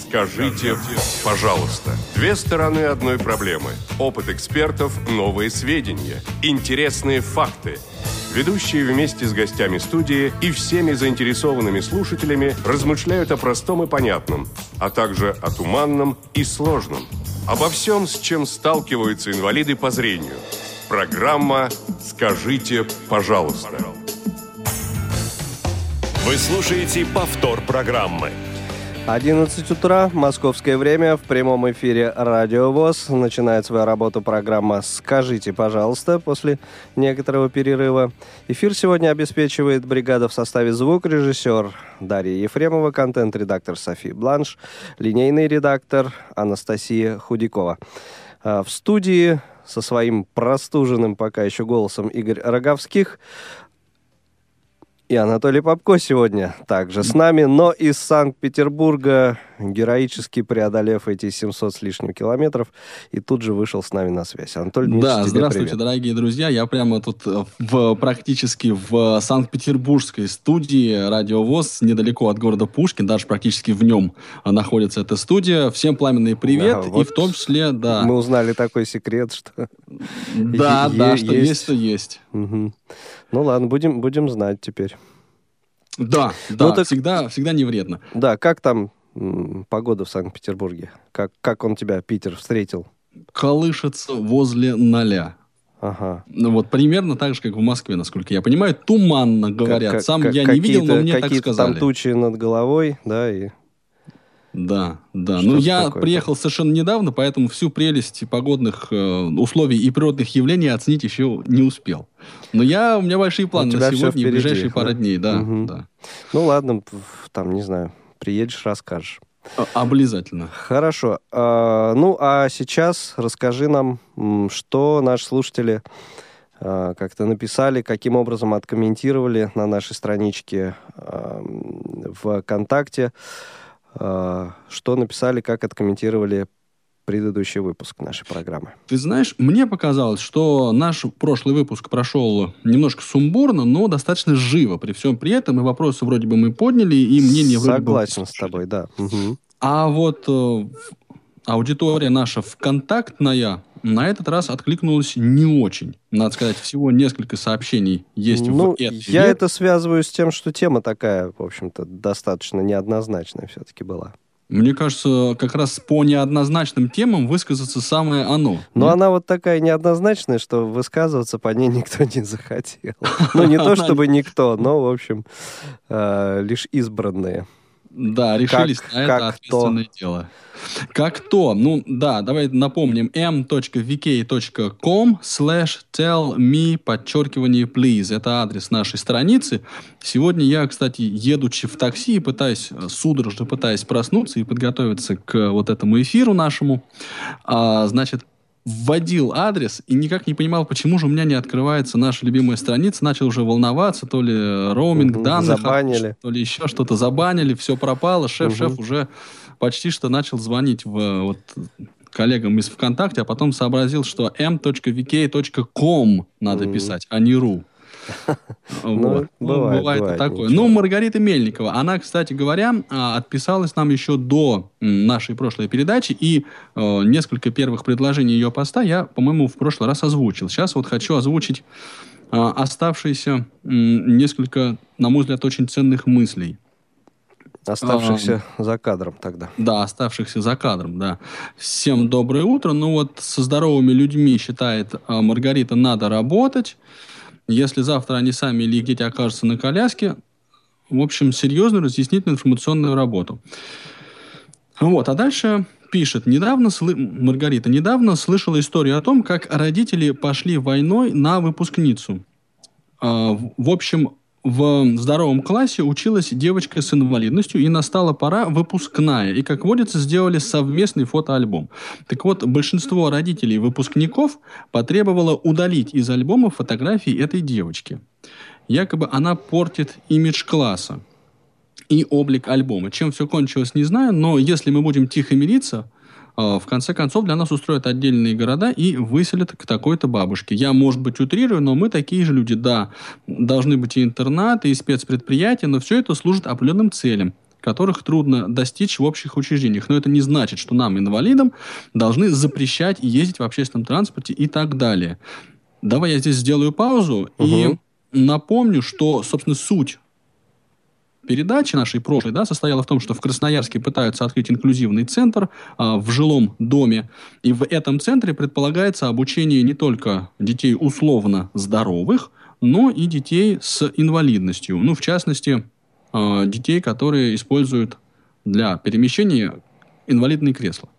Скажите, пожалуйста. Две стороны одной проблемы. Опыт экспертов, новые сведения, интересные факты. Ведущие вместе с гостями студии и всеми заинтересованными слушателями размышляют о простом и понятном, а также о туманном и сложном. Обо всем, с чем сталкиваются инвалиды по зрению. Программа «Скажите, пожалуйста». Вы слушаете повтор программы. 11 утра, московское время, в прямом эфире Радио ВОС. Начинает свою работу программа «Скажите, пожалуйста», после некоторого перерыва. Эфир сегодня обеспечивает бригада в составе звукорежиссер Дарья Ефремова, контент-редактор София Бланш, линейный редактор Анастасия Худякова. В студии со своим простуженным пока еще голосом Игорь Роговских и Анатолий Попко сегодня также с нами, но из Санкт-Петербурга, героически преодолев эти 700 с лишним километров, и тут же вышел с нами на связь. Анатолий Дмитриевич, да, здравствуйте, привет. Дорогие друзья. Я прямо тут практически в Санкт-Петербургской студии Радио ВОС, недалеко от города Пушкин, даже практически в нем находится эта студия. Всем пламенный привет, да, и в том числе, да. Мы узнали такой секрет, что... Да, что есть, то есть. Угу. Ну ладно, будем знать теперь. Да, так... всегда не вредно. Да, как там погода в Санкт-Петербурге? Как он тебя, Питер, встретил? Колышется возле 0. Ага. Ну вот примерно так же, как в Москве, насколько я понимаю. Туманно говорят. Сам я не видел, но мне так сказали. Там тучи над головой, да, и... Да. Ну, я приехал совершенно недавно, поэтому всю прелесть погодных условий и природных явлений оценить еще не успел. Но у меня большие планы на сегодня и ближайшие пару дней. Да, угу. Да. Ну, ладно, там, не знаю, приедешь, расскажешь. Обязательно. Хорошо. Ну, а сейчас расскажи нам, что наши слушатели как-то написали, каким образом откомментировали на нашей страничке ВКонтакте. Что написали, как откомментировали предыдущий выпуск нашей программы. Ты знаешь, мне показалось, что наш прошлый выпуск прошел немножко сумбурно, но достаточно живо. При всем при этом и вопросы вроде бы мы подняли, и мнение вроде бы... Согласен с тобой, да. Угу. А вот аудитория наша ВКонтактная на этот раз откликнулась не очень. Надо сказать, всего несколько сообщений есть в этой. Я это связываю с тем, что тема такая, в общем-то, достаточно неоднозначная все-таки была. Мне кажется, как раз по неоднозначным темам высказаться самое оно. Но она вот такая неоднозначная, что высказываться по ней никто не захотел. Ну, не то чтобы никто, но, в общем, лишь избранные. Да, решились на это ответственное дело. Как то? Ну, да, давай напомним. m.vk.com/tellme_please. Это адрес нашей страницы. Сегодня я, кстати, едучи в такси, судорожно пытаясь проснуться и подготовиться к вот этому эфиру нашему, вводил адрес и никак не понимал, почему же у меня не открывается наша любимая страница. Начал уже волноваться, то ли роуминг данных, то ли еще что-то забанили, все пропало. Шеф уже почти что начал звонить коллегам из ВКонтакте, а потом сообразил, что m.vk.com надо писать, а не .ru. Бывает такое. Ну, Маргарита Мельникова, она, кстати говоря, отписалась нам еще до нашей прошлой передачи, и несколько первых предложений ее поста я, по-моему, в прошлый раз озвучил. Сейчас вот хочу озвучить оставшиеся несколько, на мой взгляд, очень ценных мыслей. Оставшихся за кадром тогда. Да, оставшихся за кадром, да. Всем доброе утро. Ну вот со здоровыми людьми, считает Маргарита, надо работать. Если завтра они сами или их дети окажутся на коляске, в общем, серьезную разъяснительную информационную работу. Вот, а дальше пишет. Маргарита недавно слышала историю о том, как родители пошли войной на выпускницу. В общем, в здоровом классе училась девочка с инвалидностью, и настала пора выпускная. И, как водится, сделали совместный фотоальбом. Так вот, большинство родителей выпускников потребовало удалить из альбома фотографии этой девочки. Якобы она портит имидж класса и облик альбома. Чем все кончилось, не знаю, но если мы будем тихо мириться, в конце концов для нас устроят отдельные города и выселят к такой-то бабушке. Я, может быть, утрирую, но мы такие же люди. Да, должны быть и интернаты, и спецпредприятия, но все это служит определенным целям, которых трудно достичь в общих учреждениях. Но это не значит, что нам, инвалидам, должны запрещать ездить в общественном транспорте и так далее. Давай я здесь сделаю паузу и напомню, что, собственно, суть передачи нашей прошлой, состояла в том, что в Красноярске пытаются открыть инклюзивный центр в жилом доме. И в этом центре предполагается обучение не только детей условно здоровых, но и детей с инвалидностью. В частности, детей, которые используют для перемещения инвалидные кресла.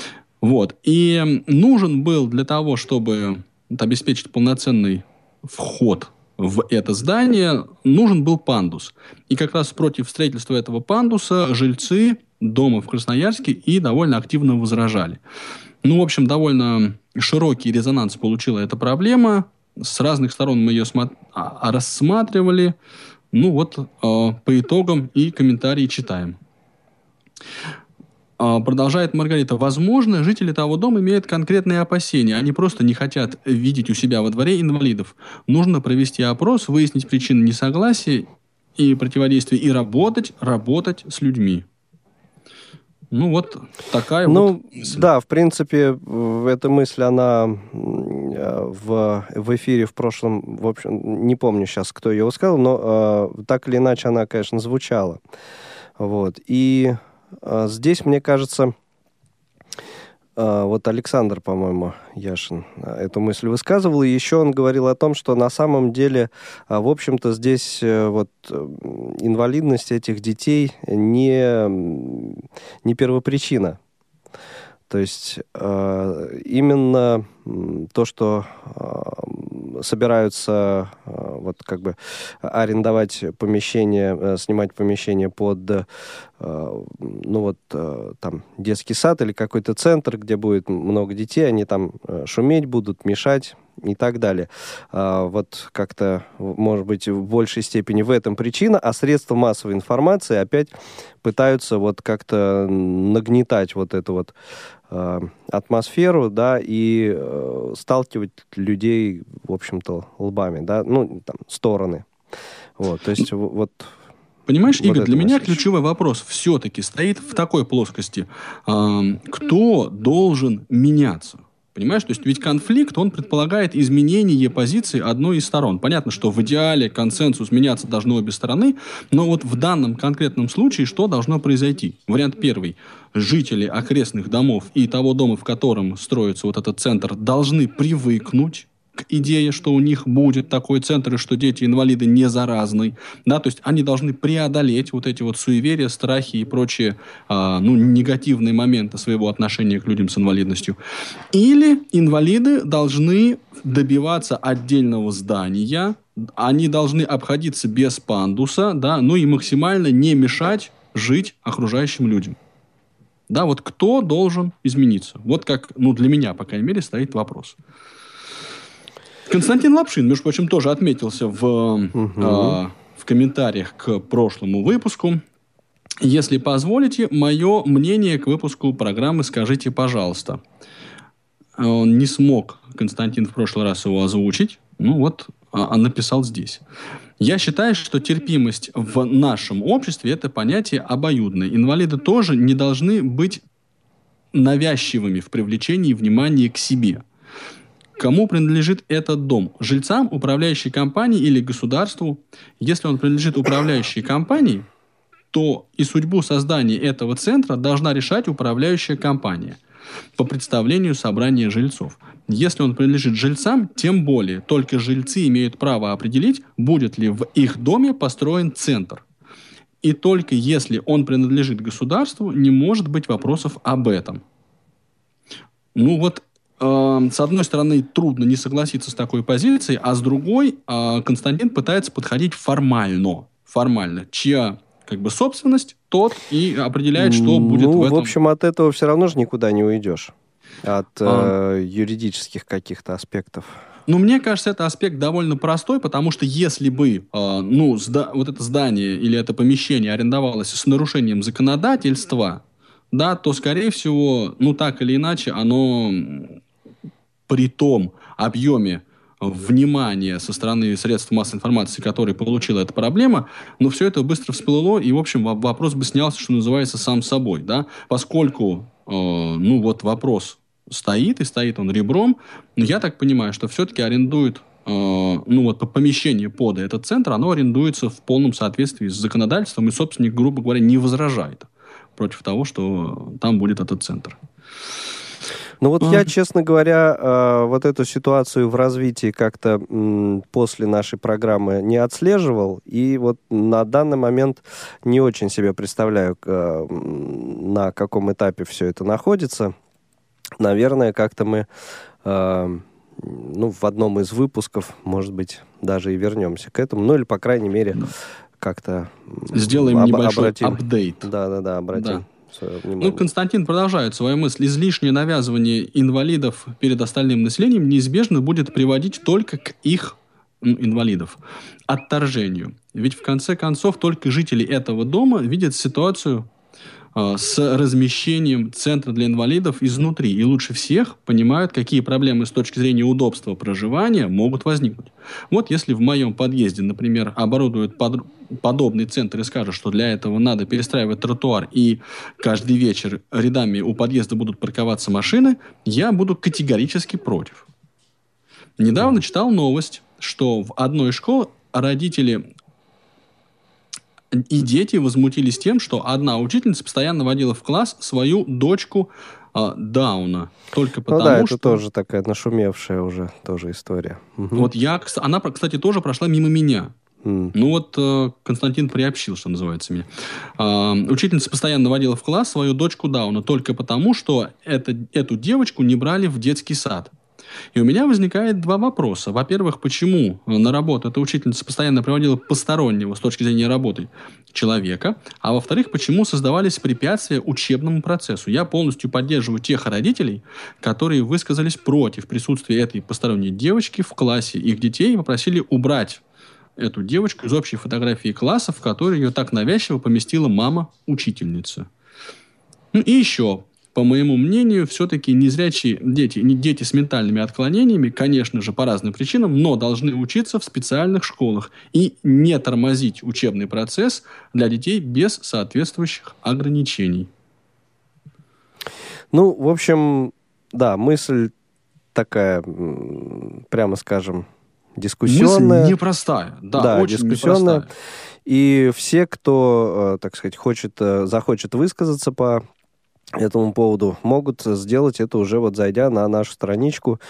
И нужен был для того, чтобы обеспечить полноценный вход в это здание, нужен был пандус. И как раз против строительства этого пандуса жильцы дома в Красноярске и довольно активно возражали. В общем, довольно широкий резонанс получила эта проблема. С разных сторон мы ее рассматривали. По итогам и комментарии читаем. Продолжает Маргарита. Возможно, жители того дома имеют конкретные опасения. Они просто не хотят видеть у себя во дворе инвалидов. Нужно провести опрос, выяснить причины несогласия и противодействия и работать с людьми. Такая мысль. Да, в принципе, эта мысль, она в эфире в прошлом, в общем, не помню сейчас, кто ее высказал, но так или иначе она, конечно, звучала. И здесь, мне кажется, Александр, по-моему, Яшин эту мысль высказывал, и еще он говорил о том, что на самом деле, в общем-то, здесь инвалидность этих детей не первопричина. То есть именно то, что собираются арендовать помещение, снимать помещение под детский сад или какой-то центр, где будет много детей, они там шуметь будут, мешать и так далее. Как-то, может быть, в большей степени в этом причина, а средства массовой информации опять пытаются как-то нагнетать эту атмосферу, и сталкивать людей, в общем-то, лбами, стороны. То есть Понимаешь, Игорь, для меня ключевой вопрос все-таки стоит в такой плоскости. Кто должен меняться? Понимаешь, то есть ведь конфликт, он предполагает изменение позиции одной из сторон. Понятно, что в идеале консенсус меняться должны обе стороны, но в данном конкретном случае что должно произойти? Вариант первый. Жители окрестных домов и того дома, в котором строится этот центр, должны привыкнуть к идее, что у них будет такой центр, и что дети-инвалиды не заразны. То есть они должны преодолеть эти суеверия, страхи и прочие негативные моменты своего отношения к людям с инвалидностью. Или инвалиды должны добиваться отдельного здания, они должны обходиться без пандуса, и максимально не мешать жить окружающим людям. Кто должен измениться? Как, для меня, по крайней мере, стоит вопрос. Константин Лапшин, между прочим, тоже отметился в комментариях к прошлому выпуску. Если позволите, мое мнение к выпуску программы «Скажите, пожалуйста». Он не смог, Константин, в прошлый раз его озвучить. Написал здесь. Я считаю, что терпимость в нашем обществе – это понятие обоюдное. Инвалиды тоже не должны быть навязчивыми в привлечении внимания к себе. Кому принадлежит этот дом? Жильцам, управляющей компании или государству? Если он принадлежит управляющей компании, то и судьбу создания этого центра должна решать управляющая компания по представлению собрания жильцов. Если он принадлежит жильцам, тем более только жильцы имеют право определить, будет ли в их доме построен центр. И только если он принадлежит государству, не может быть вопросов об этом. С одной стороны, трудно не согласиться с такой позицией, а с другой, Константин пытается подходить формально. Чья собственность, тот и определяет, что будет в этом. В общем, от этого все равно же никуда не уйдешь. От юридических каких-то аспектов. Мне кажется, это аспект довольно простой, потому что если бы это здание или это помещение арендовалось с нарушением законодательства, то, скорее всего, так или иначе, оно при том объеме внимания со стороны средств массовой информации, которые получила эта проблема, но все это быстро всплыло, и, в общем, вопрос бы снялся, что называется, сам собой, да, поскольку, вопрос стоит, и стоит он ребром, но я так понимаю, что все-таки арендуют помещение под этот центр, оно арендуется в полном соответствии с законодательством, и собственник, грубо говоря, не возражает против того, что там будет этот центр. Я, честно говоря, вот эту ситуацию в развитии как-то после нашей программы не отслеживал, и вот на данный момент не очень себе представляю, на каком этапе все это находится. Наверное, как-то мы в одном из выпусков, может быть, даже и вернемся к этому, или, по крайней мере, как-то сделаем небольшой апдейт. Да, обратим. Да. Константин продолжает свою мысль. Излишнее навязывание инвалидов перед остальным населением неизбежно будет приводить только к их, инвалидов, отторжению. Ведь в конце концов только жители этого дома видят ситуацию с размещением центра для инвалидов изнутри. И лучше всех понимают, какие проблемы с точки зрения удобства проживания могут возникнуть. Вот если в моем подъезде, например, оборудуют подобный центр и скажут, что для этого надо перестраивать тротуар, и каждый вечер рядами у подъезда будут парковаться машины, я буду категорически против. Недавно читал новость, что в одной из школ родители и дети возмутились тем, что одна учительница постоянно водила в класс свою дочку Дауна. Только потому, это тоже такая нашумевшая уже тоже история. Вот она, кстати, тоже прошла мимо меня. Константин приобщил, что называется, меня. Учительница постоянно водила в класс свою дочку Дауна только потому, что эту девочку не брали в детский сад. И у меня возникает два вопроса. Во-первых, почему на работу эта учительница постоянно приводила постороннего с точки зрения работы человека? А во-вторых, почему создавались препятствия учебному процессу? Я полностью поддерживаю тех родителей, которые высказались против присутствия этой посторонней девочки в классе их детей и попросили убрать эту девочку из общей фотографии класса, в которой ее так навязчиво поместила мама-учительница. И еще... По моему мнению, все-таки незрячие дети с ментальными отклонениями, конечно же, по разным причинам, но должны учиться в специальных школах и не тормозить учебный процесс для детей без соответствующих ограничений. В общем, да, мысль такая, прямо скажем, дискуссионная. Мысль непростая. Да, очень дискуссионная. Непростая. И все, кто, так сказать, захочет высказаться по этому поводу, могут сделать это уже зайдя на нашу страничку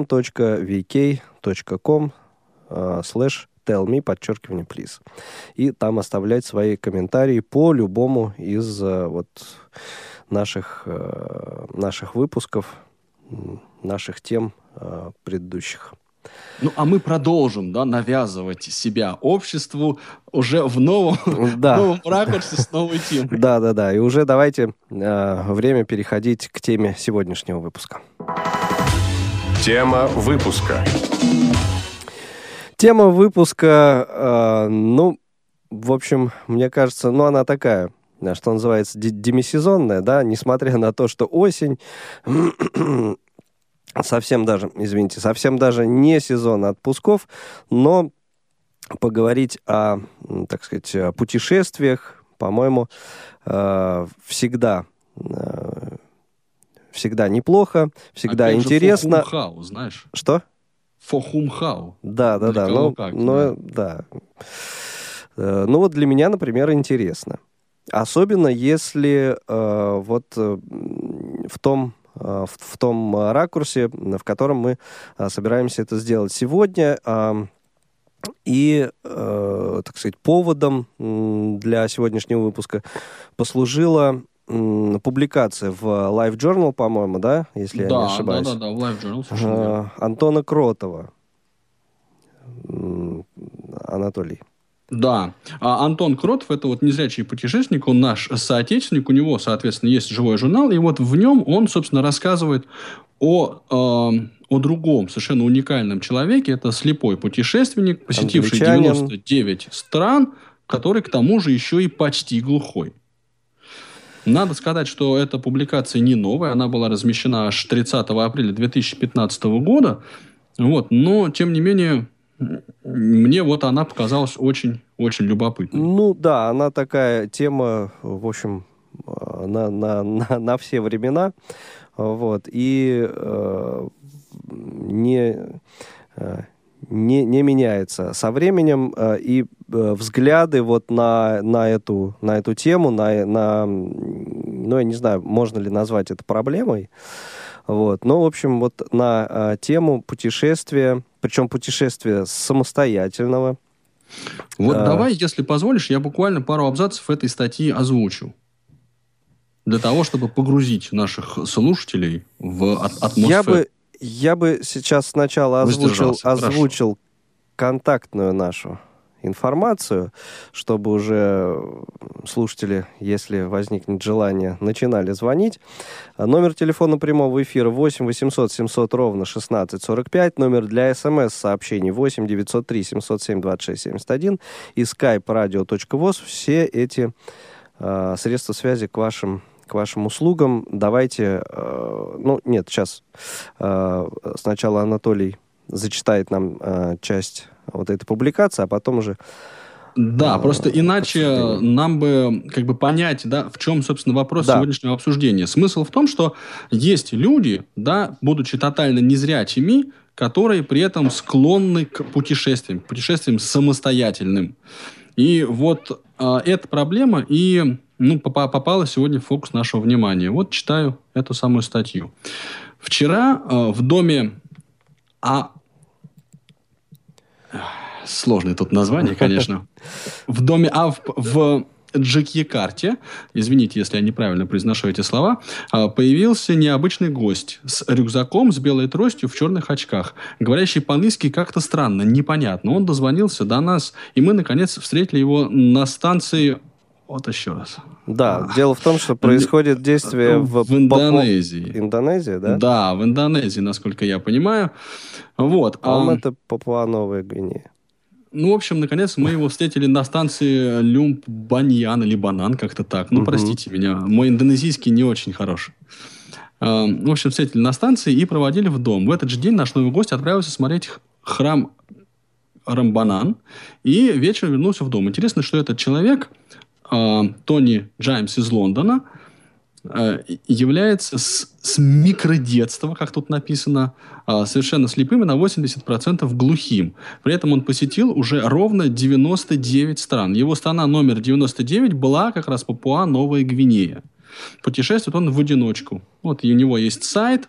m.vk.com/tellme_please. И там оставлять свои комментарии по любому из наших выпусков, наших тем предыдущих. А мы продолжим, навязывать себя обществу уже в новом ракурсе с новой темой. Да. И уже давайте время переходить к теме сегодняшнего выпуска. Тема выпуска. Тема выпуска, в общем, мне кажется, она такая, что называется, демисезонная, да, несмотря на то, что осень... совсем даже не сезон отпусков, но поговорить о, так сказать, о путешествиях, по-моему, всегда неплохо, всегда интересно. Фохумхау, знаешь? Что? Фохумхау. Да. Да. Для меня, например, интересно. Особенно если в том ракурсе, в котором мы собираемся это сделать сегодня. И, так сказать, поводом для сегодняшнего выпуска послужила публикация в Life Journal, по-моему, да, если я не ошибаюсь. Да, в Life Journal, совершенно. Антона Кротова. Анатолий. Да. Антон Кротов, это незрячий путешественник, он наш соотечественник, у него, соответственно, есть живой журнал, и в нем он, собственно, рассказывает о другом, совершенно уникальном человеке. Это слепой путешественник, посетивший 99 стран, который, к тому же, еще и почти глухой. Надо сказать, что эта публикация не новая, она была размещена аж 30 апреля 2015 года, Вот. Но, тем не менее, мне вот она показалась очень любопытной. Ну да, она такая тема, в общем, на все времена. Вот. И не меняется со временем. И взгляды вот на эту тему, ну, я не знаю, можно ли назвать это проблемой. Вот. Но, в общем, вот на тему путешествия, причем путешествия самостоятельного. Вот давай, если позволишь, я буквально пару абзацев этой статьи озвучу. Для того, чтобы погрузить наших слушателей в атмосферу. Я бы сейчас сначала озвучил контактную нашу информацию, чтобы уже слушатели, если возникнет желание, начинали звонить. Номер телефона прямого эфира 8 800 700 ровно 1645. Номер для СМС-сообщений 8 903 707 26 71. И skype radio.voz. Все эти средства связи к вашим услугам. Давайте... сейчас сначала Анатолий зачитает нам часть вот этой публикации, а потом уже... Да, просто иначе нам бы как бы понять, да, в чем, собственно, вопрос сегодняшнего обсуждения. Смысл в том, что есть люди, да, будучи тотально незрячими, которые при этом склонны к путешествиям самостоятельным. И вот эта проблема и попала сегодня в фокус нашего внимания. Вот читаю эту самую статью. Вчера в доме сложное тут название, конечно. В доме в Джакьякарте, извините, если я неправильно произношу эти слова, появился необычный гость с рюкзаком, с белой тростью, в черных очках, говорящий по-английски как-то странно, непонятно. Он дозвонился до нас, и мы, наконец, встретили его на станции... Вот еще раз. Да, дело в том, что происходит действие в Индонезии. Индонезия, да? Да, в Индонезии, насколько я понимаю. Вот. По-моему, это Папуа-Новая Гвинея. Ну, в общем, наконец, мы его встретили на станции Люмбаньян или Банан, как-то так. Ну, простите меня, мой индонезийский не очень хороший. В общем, встретили на станции и проводили в дом. В этот же день наш новый гость отправился смотреть храм Рамбанан и вечером вернулся в дом. Интересно, что этот человек, Тони Джаймс из Лондона, является с микродетства, как тут написано, совершенно слепым и на 80% глухим. При этом он посетил уже ровно 99 стран. Его страна номер 99 была как раз Папуа-Новая Гвинея. Путешествует он в одиночку. Вот и у него есть сайт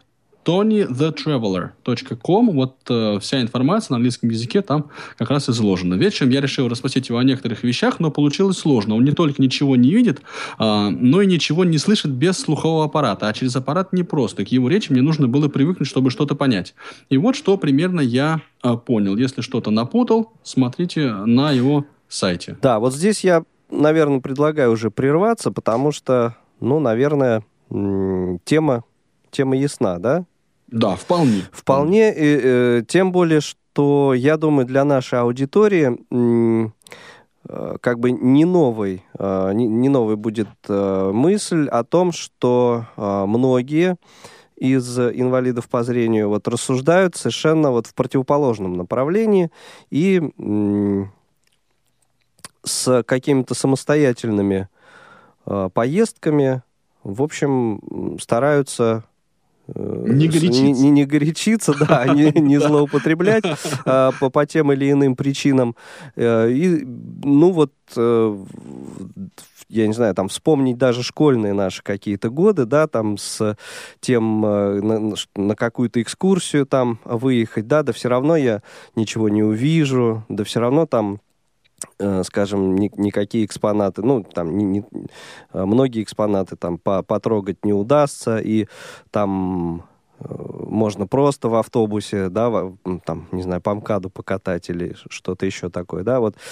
tonythetraveler.com. Вот вся информация на английском языке там как раз изложена. Вечером я решил расспросить его о некоторых вещах, но получилось сложно. Он не только ничего не видит, но и ничего не слышит без слухового аппарата. А через аппарат непросто. К его речи мне нужно было привыкнуть, чтобы что-то понять. И вот что примерно я понял. Если что-то напутал, смотрите на его сайте. Да, вот здесь я, наверное, предлагаю уже прерваться, потому что, наверное, тема ясна, да? Да, вполне. Вполне, тем более, что, я думаю, для нашей аудитории как бы не новой будет мысль о том, что многие из инвалидов по зрению вот рассуждают совершенно вот в противоположном направлении и с какими-то самостоятельными поездками, в общем, стараются... Не горячиться, да, не злоупотреблять по тем или иным причинам. И, я не знаю, там вспомнить даже школьные наши какие-то годы, да, там с тем на какую-то экскурсию там выехать, да все равно я ничего не увижу, да все равно там, скажем, никакие экспонаты, многие экспонаты там потрогать не удастся, и там можно просто в автобусе, да, там, не знаю, по МКАДу покатать или что-то еще такое, да, вот.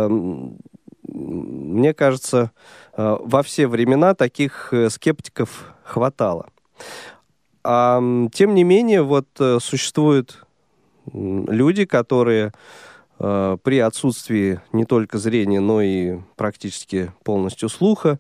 Мне кажется, во все времена таких скептиков хватало. Тем не менее, вот существуют люди, которые при отсутствии не только зрения, но и практически полностью слуха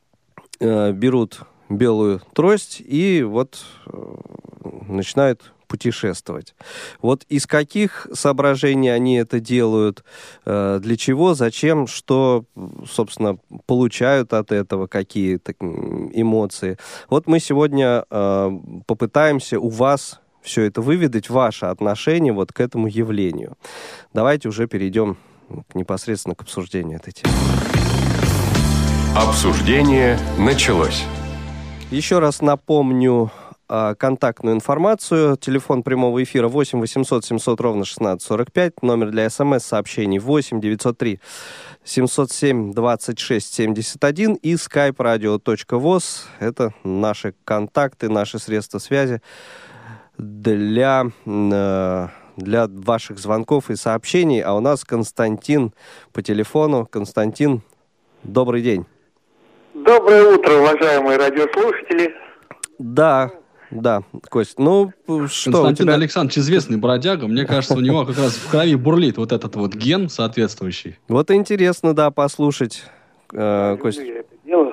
берут белую трость и вот начинают путешествовать. Вот из каких соображений они это делают, для чего, зачем, что, собственно, получают от этого, какие-то эмоции. Вот мы сегодня попытаемся у вас все это выведать, ваше отношение вот к этому явлению. давайте уже перейдем непосредственно к обсуждению этой темы. Обсуждение началось. Еще раз напомню контактную информацию. Телефон прямого эфира 8 800 700 ровно 1645. Номер для СМС-сообщений 8 903 707 26 71. И skype radio.voz. Это наши контакты, наши средства связи для ваших звонков и сообщений. А у нас Константин по телефону. Константин, добрый день. Доброе утро, уважаемые радиослушатели. Да, Кость, ну что Константин у тебя... Александрович известный бродяга. Мне кажется, у него как раз в крови бурлит вот этот вот ген соответствующий. Вот интересно, да, послушать, Кость. Я это делаю.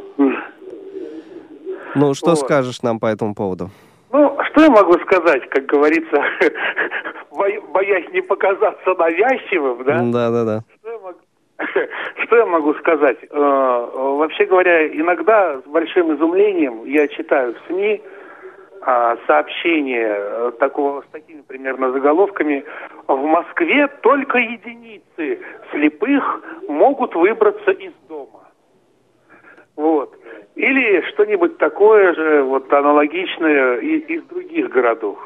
Ну, что Вот. скажешь нам по этому поводу? Ну, что я могу сказать, как говорится, боясь не показаться навязчивым, да? Да. Что я могу сказать? Вообще говоря, иногда с большим изумлением я читаю в СМИ сообщения с такими примерно заголовками: в Москве только единицы слепых могут выбраться из дома. Вот. Или что-нибудь такое же, вот аналогичное из других городов.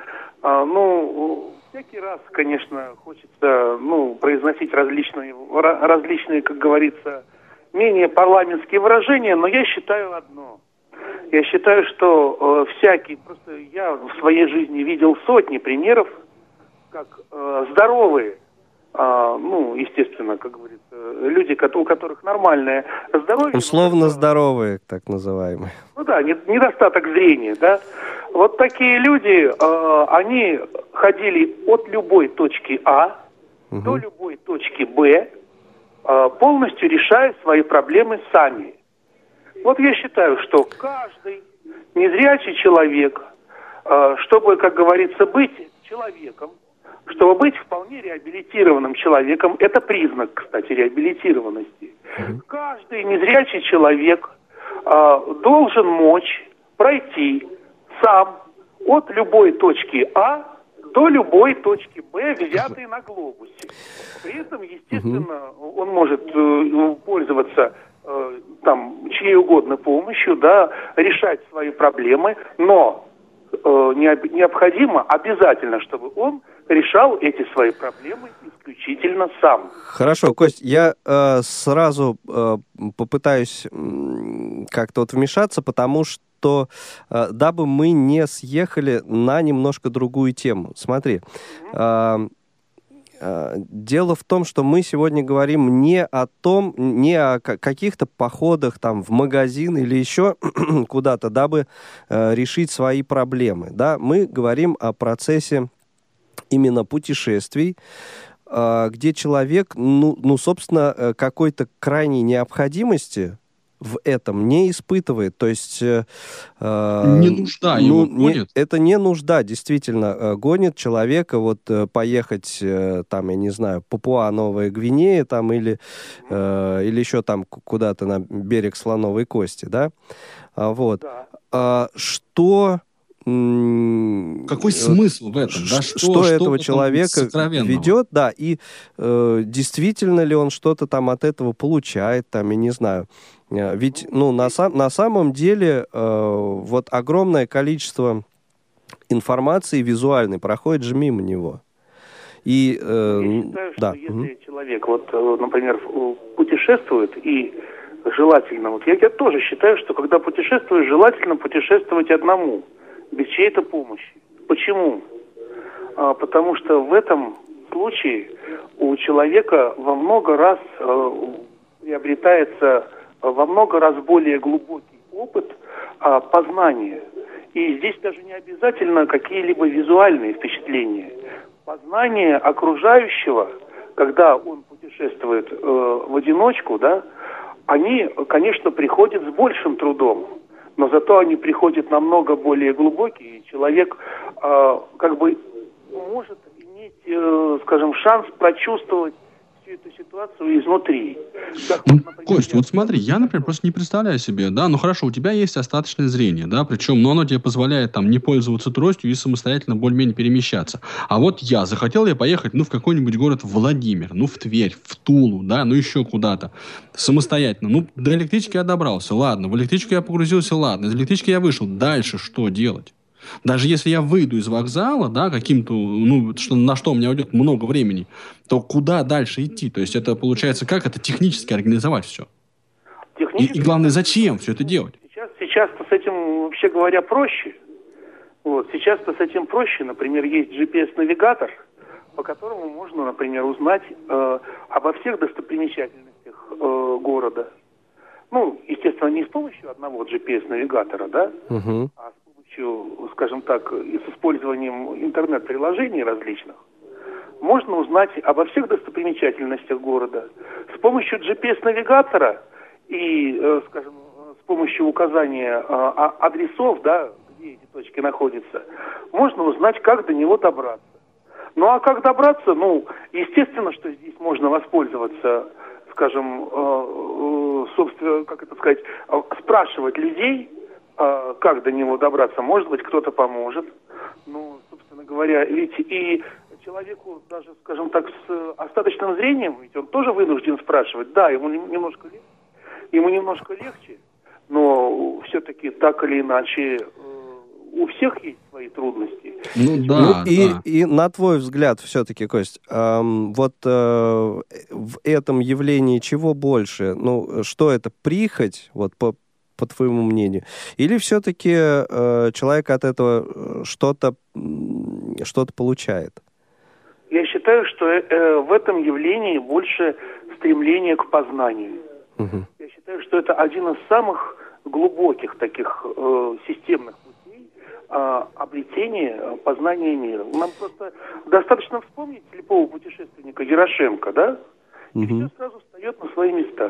Всякий раз, конечно, хочется, произносить различные, как говорится, менее парламентские выражения, но я считаю одно. Я считаю, что просто я в своей жизни видел сотни примеров, как здоровые, естественно, как говорится, люди, у которых нормальное здоровье. Условно здоровые, так называемые. Недостаток зрения, да. Вот такие люди, они ходили от любой точки А до любой точки Б, полностью решая свои проблемы сами. Вот я считаю, что каждый незрячий человек, чтобы, как говорится, быть человеком, чтобы быть вполне реабилитированным человеком, это признак, кстати, реабилитированности. Каждый незрячий человек должен мочь пройти сам от любой точки А до любой точки Б, взятой на глобусе. При этом, естественно, он может пользоваться чьей угодно помощью, да, решать свои проблемы, но необходимо обязательно, чтобы он решал эти свои проблемы исключительно сам. Хорошо, Кость, я сразу попытаюсь как-то вмешаться, потому что дабы мы не съехали на немножко другую тему. Смотри, дело в том, что мы сегодня говорим не о каких-то походах там в магазин или еще куда-то, дабы решить свои проблемы. Да? Мы говорим о процессе именно путешествий, где человек, собственно, какой-то крайней необходимости в этом не испытывает, то есть... не нужда его гонит? Это не нужда, действительно, гонит человека поехать, я не знаю, Папуа-Новая Гвинея, или еще куда-то на берег Слоновой Кости, да? Вот. Да. Что... Какой смысл в этом? Да? Что этого человека ведет, да, и действительно ли он что-то от этого получает, я не знаю. Ведь, на самом деле, огромное количество информации визуальной проходит же мимо него. И, я считаю, что если человек, например, путешествует, и желательно, я тоже считаю, что когда путешествуешь, желательно путешествовать одному, без чьей-то помощи. Почему? Потому что в этом случае у человека во много раз приобретается во много раз более глубокий опыт познания. И здесь даже не обязательно какие-либо визуальные впечатления. Познание окружающего, когда он путешествует в одиночку, да, они, конечно, приходят с большим трудом. но зато они приходят намного более глубокие, и человек как бы может иметь, скажем, шанс прочувствовать всю эту ситуацию изнутри. Костя, вот смотри, я, например, просто не представляю себе, да, ну хорошо, у тебя есть остаточное зрение, да, причем, оно тебе позволяет там не пользоваться тростью и самостоятельно более-менее перемещаться. А вот захотел я поехать, в какой-нибудь город Владимир, в Тверь, в Тулу, да, еще куда-то, самостоятельно. До электрички я добрался, ладно, в электричку я погрузился, ладно, из электрички я вышел, дальше что делать? Даже если я выйду из вокзала, да, каким-то, на что у меня уйдет много времени, то куда дальше идти? То есть это получается, как это технически организовать все? И главное, зачем все это делать? Сейчас-то с этим, вообще говоря, проще. Сейчас-то с этим проще. Например, есть GPS-навигатор, по которому можно, например, узнать обо всех достопримечательностях города. Естественно, не с помощью одного GPS-навигатора, да, а с помощью, скажем так, и с использованием интернет-приложений различных. Можно узнать обо всех достопримечательностях города. С помощью GPS-навигатора и, скажем, с помощью указания адресов, да, где эти точки находятся, можно узнать, как до него добраться. А как добраться? Естественно, что здесь можно воспользоваться, скажем, собственно, спрашивать людей, как до него добраться. Может быть, кто-то поможет. Собственно говоря, ведь и человеку даже, скажем так, с остаточным зрением, ведь он тоже вынужден спрашивать. Да, ему немножко легче, но все-таки так или иначе у всех есть свои трудности. И на твой взгляд все-таки, Кость, в этом явлении чего больше? Что это, прихоть, по твоему мнению? Или все-таки человек от этого что-то получает? Я считаю, что в этом явлении больше стремление к познанию. Я считаю, что это один из самых глубоких таких системных путей обретения познания мира. Нам просто достаточно вспомнить слепого путешественника Ярошенко, да? И все сразу встает на свои места.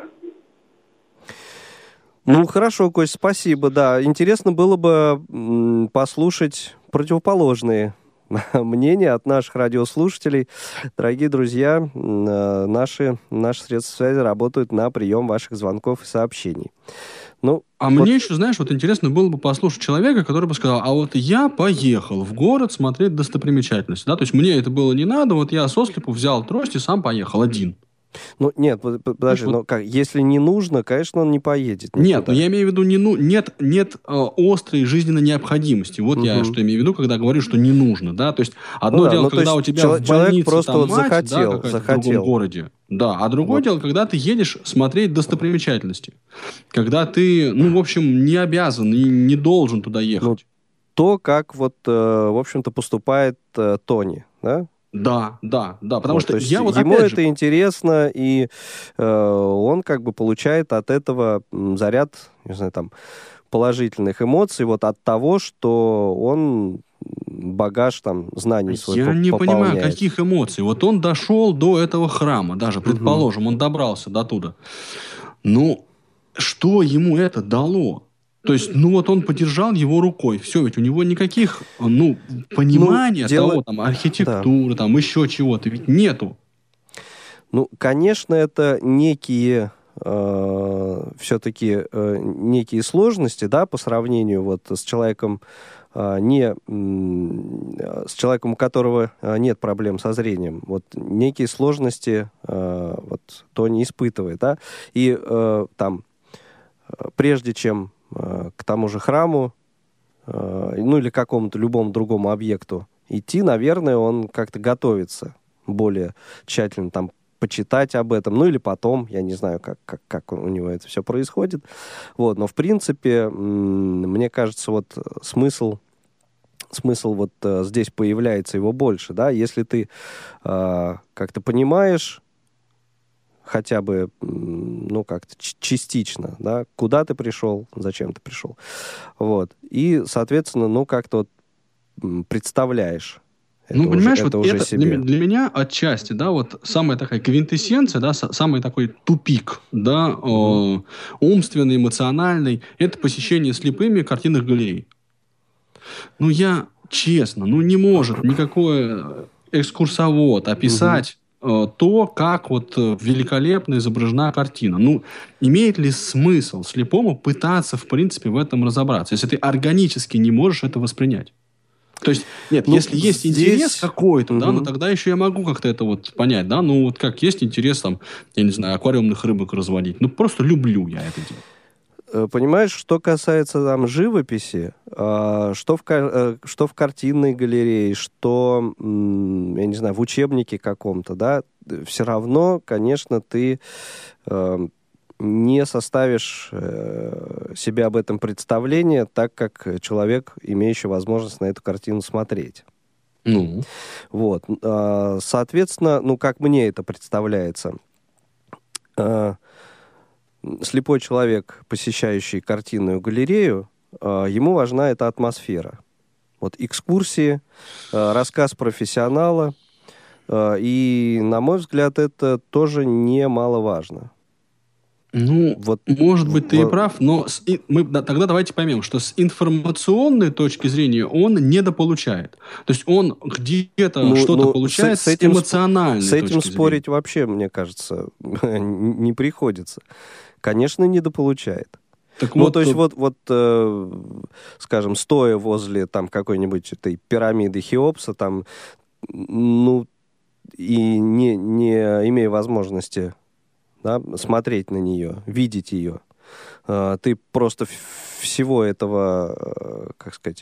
Хорошо, Кость, спасибо, да. Интересно было бы послушать противоположные мнения от наших радиослушателей. Дорогие друзья, наши средства связи работают на прием ваших звонков и сообщений. Мне еще, знаешь, интересно было бы послушать человека, который бы сказал, я поехал в город смотреть достопримечательности, да, то есть мне это было не надо, я сослепу взял трость и сам поехал один. Нет, подожди, если не нужно, конечно, он не поедет. Нет, я имею в виду, нет острой жизненной необходимости. Я что имею в виду, когда говорю, что не нужно, да, то есть одно дело, когда у тебя в больнице просто мать, захотел. В другом городе, да, а другое дело, когда ты едешь смотреть достопримечательности, когда ты, не обязан и не должен туда ехать. То, как в общем-то, поступает Тони, да? Да, потому что ему это интересно, и он получает от этого заряд, не знаю, положительных эмоций, от того, что он багаж знаний свой пополняет. Я не понимаю, каких эмоций. Он дошел до этого храма, даже, предположим, он добрался до туда. Что ему это дало? То есть, он подержал его рукой. Все, ведь у него никаких, понимания того, архитектуры, еще чего-то, ведь нету. Конечно, это некие все-таки некие сложности, да, по сравнению с человеком, с человеком, у которого нет проблем со зрением. Некие сложности Тони испытывает, да, и прежде чем к тому же храму, или какому-то любому другому объекту идти, наверное, он как-то готовится более тщательно, почитать об этом, или потом, я не знаю, как у него это все происходит. Но, в принципе, мне кажется, смысл здесь появляется его больше, да, если ты как-то понимаешь, хотя бы, как-то частично, да, куда ты пришел, зачем ты пришел. И, соответственно, как-то представляешь Ну, понимаешь, вот это для меня отчасти, да, вот самая такая квинтэссенция, да, самый такой тупик, да, умственный, эмоциональный, это посещение слепыми картинных галерей. Ну, я честно, ну, не может никакой экскурсовод описать то, как вот великолепно изображена картина. Ну, имеет ли смысл слепому пытаться, в принципе, в этом разобраться, если ты органически не можешь это воспринять? То есть, нет, если есть интерес какой-то, да, ну тогда еще я могу как-то это вот понять, да, ну вот как есть интерес там, я не знаю, аквариумных рыбок разводить, ну просто люблю я это делать. Понимаешь, что касается там живописи, что в картинной галерее, что, я не знаю, в учебнике каком-то, да, все равно, конечно, ты не составишь себе об этом представление, так как человек, имеющий возможность на эту картину смотреть. Ну. Вот. Соответственно, ну, как мне это представляется, слепой человек, посещающий картинную галерею, ему важна эта атмосфера. Вот экскурсии, рассказ профессионала, и, на мой взгляд, это тоже немаловажно. Ну, вот, может быть, ты и прав, но тогда давайте поймем, что с информационной точки зрения он недополучает. То есть он где-то что-то получает с эмоциональной точки зрения. С этим спорить вообще, мне кажется, не приходится. Конечно, недополучает. Так ну, вот, то есть вот скажем, стоя возле там какой-нибудь этой пирамиды Хеопса, там, ну, и не имея возможности, да, смотреть на нее, видеть ее, ты просто всего этого, как сказать,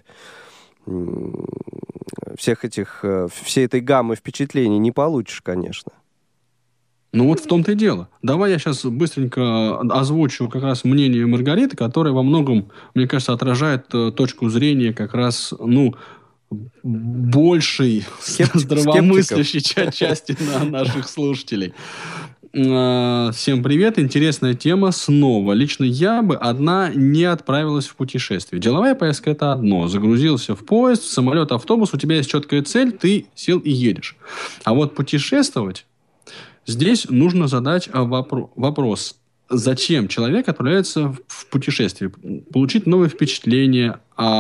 всей этой гаммы впечатлений не получишь, конечно. Ну вот в том-то и дело. Давай я сейчас быстренько озвучу как раз мнение Маргариты, которое во многом, мне кажется, отражает точку зрения как раз, ну, большей здравомыслящей части наших слушателей. Всем привет, интересная тема снова. Лично я бы одна не отправилась в путешествие. Деловая поездка – это одно. Загрузился в поезд, в самолет, автобус, у тебя есть четкая цель, ты сел и едешь. А вот путешествовать, здесь нужно задать вопрос. Зачем человек отправляется в путешествие? Получить новые впечатления,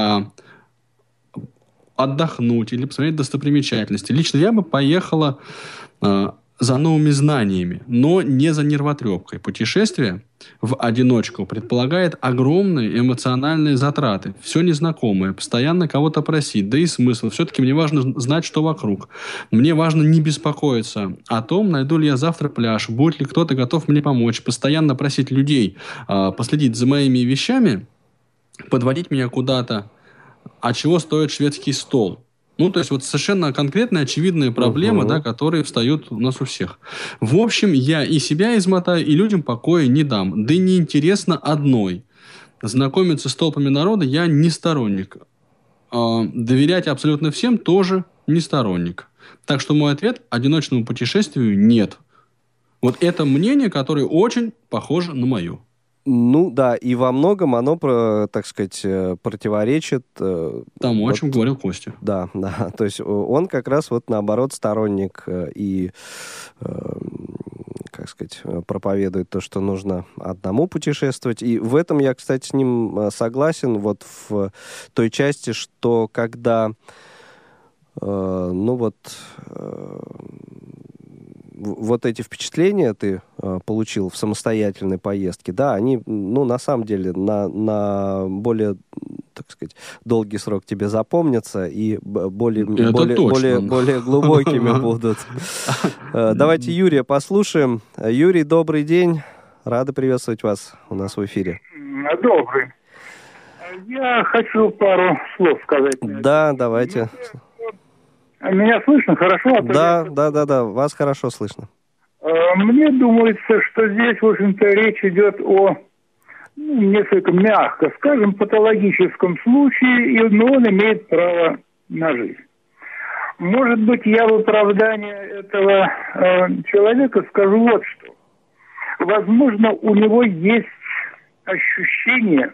отдохнуть или посмотреть достопримечательности. Лично я бы поехала за новыми знаниями, но не за нервотрепкой. Путешествие в одиночку предполагает огромные эмоциональные затраты. Все незнакомое, постоянно кого-то просить. Да и смысл. Все-таки мне важно знать, что вокруг. Мне важно не беспокоиться о том, найду ли я завтра пляж, будет ли кто-то готов мне помочь. Постоянно просить людей последить за моими вещами, подводить меня куда-то. А чего стоит шведский стол? Ну, то есть, вот совершенно конкретные, очевидные проблемы, да, которые встают у нас у всех. В общем, я и себя измотаю, и людям покоя не дам. Да и неинтересно одной. Знакомиться с толпами народа я не сторонник. Доверять абсолютно всем тоже не сторонник. Так что мой ответ – одиночному путешествию нет. Вот это мнение, которое очень похоже на мое. Ну да, и во многом оно, так сказать, противоречит тому, о чем говорил Костя. Да, то есть он как раз вот наоборот сторонник и, как сказать, проповедует то, что нужно одному путешествовать. И в этом я, кстати, с ним согласен вот в той части, что когда, вот эти впечатления ты получил в самостоятельной поездке, да, они, ну, на самом деле, на более, так сказать, долгий срок тебе запомнятся и более глубокими будут. Давайте Юрия послушаем. Юрий, добрый день. Рады приветствовать вас у нас в эфире. Добрый. Я хочу пару слов сказать. Да, давайте. Меня слышно хорошо? Да, вас хорошо слышно. Мне думается, что здесь, в общем-то, речь идет о несколько мягко, скажем, патологическом случае, но он имеет право на жизнь. Может быть, я в оправдание этого человека скажу вот что. Возможно, у него есть ощущение,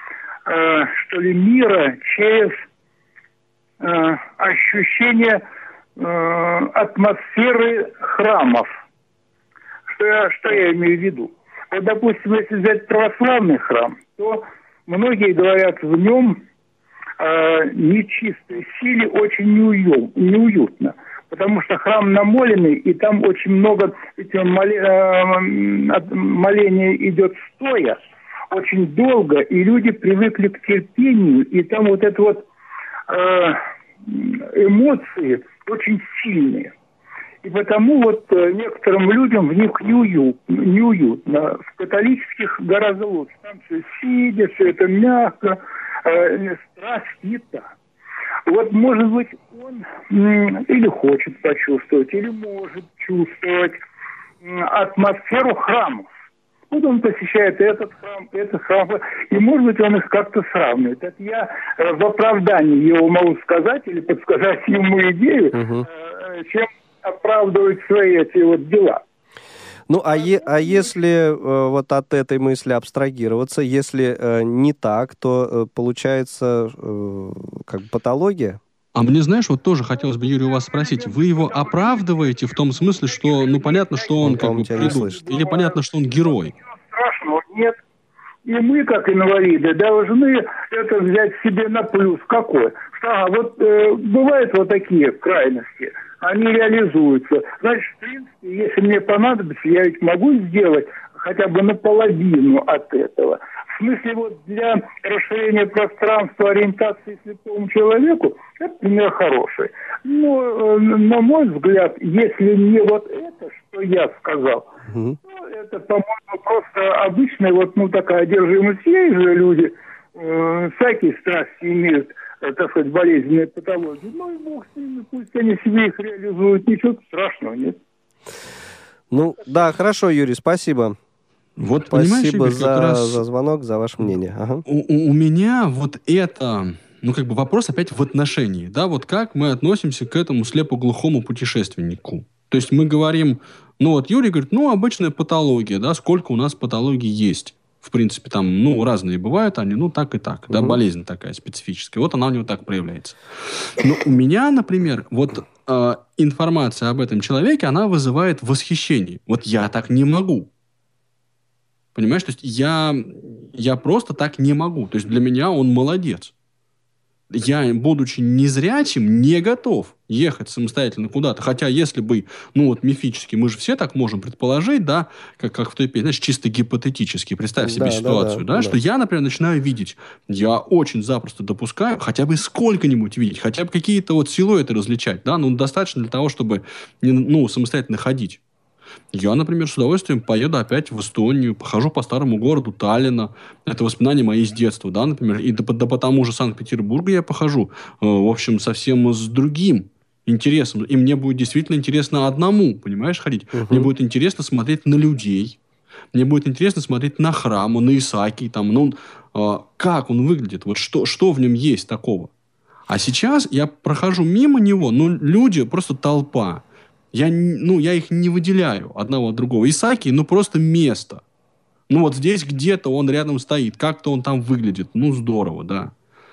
что ли, мира через ощущение атмосферы храмов. Что я имею в виду? Вот, допустим, если взять православный храм, то многие говорят, в нем нечистой силе очень неуютно. Потому что храм намоленный, и там очень много моления идет стоя, очень долго, и люди привыкли к терпению, и там вот это вот эмоции очень сильные. И потому вот некоторым людям в них неуютно. В католических гораздо лучше. Там все сидя, все это мягко, страсть не та. Вот, может быть, он или хочет почувствовать, или может чувствовать атмосферу храмов. Вот он посещает этот храм, и, может быть, он их как-то сравнивает. Это я в оправдании его могу сказать или подсказать ему идею, чем оправдывать свои эти вот дела. Ну, а если вот от этой мысли абстрагироваться, если не так, то получается как бы патология? А мне, знаешь, вот тоже хотелось бы, Юрий, у вас спросить, вы его оправдываете в том смысле, что, ну, понятно, что он как бы придумал, или понятно, что он герой? Страшного нет. И мы, как инвалиды, должны это взять себе на плюс. Какой? Вот бывают вот такие крайности, они реализуются. Значит, в принципе, если мне понадобится, я ведь могу сделать хотя бы наполовину от этого. В смысле, вот для расширения пространства ориентации слепому человеку, это пример хороший. Но, на мой взгляд, если не вот это, что я сказал, то это, по-моему, просто обычная вот, ну, такая одержимость. Есть же люди, всякие страсти имеют, так сказать, болезненные патологии. Ну и бог с ними, пусть они себе их реализуют. Ничего страшного нет. Ну, да, хорошо, Юрий, спасибо. Вот, спасибо Игорь, за звонок, за ваше мнение. Ага. У меня вот это, ну, как бы вопрос опять в отношении, да, вот как мы относимся к этому слепоглухому путешественнику. То есть мы говорим, ну, вот Юрий говорит, ну, обычная патология, да, сколько у нас патологий есть. В принципе, там, ну, разные бывают они, ну, так и так, да, болезнь такая специфическая. Вот она у него так проявляется. Но у меня, например, вот информация об этом человеке, она вызывает восхищение. Вот я так не могу. Понимаешь, то есть я просто так не могу. То есть для меня он молодец. Я, будучи незрячим, не готов ехать самостоятельно куда-то. Хотя, если бы, ну вот мифически, мы же все так можем предположить, да, как в той песне, знаешь, чисто гипотетически, представь себе ситуацию, да, что я, например, начинаю видеть, я очень запросто допускаю хотя бы сколько-нибудь видеть, хотя бы какие-то вот силуэты различать, да, ну, достаточно для того, чтобы, ну, самостоятельно ходить. Я, например, с удовольствием поеду опять в Эстонию, похожу по старому городу Таллина. Это воспоминания мои с детства, да, например. И по тому же Санкт-Петербургу я похожу, в общем, совсем с другим интересом. И мне будет действительно интересно одному, понимаешь, ходить. Мне будет интересно смотреть на людей. Мне будет интересно смотреть на храм, на Исаакий, там, ну, как он выглядит, вот что в нем есть такого. А сейчас я прохожу мимо него, ну, люди, просто толпа. Я их не выделяю одного от другого. Исаакий, ну, просто место. Ну, вот здесь где-то он рядом стоит. Как-то он там выглядит. Ну, здорово, да.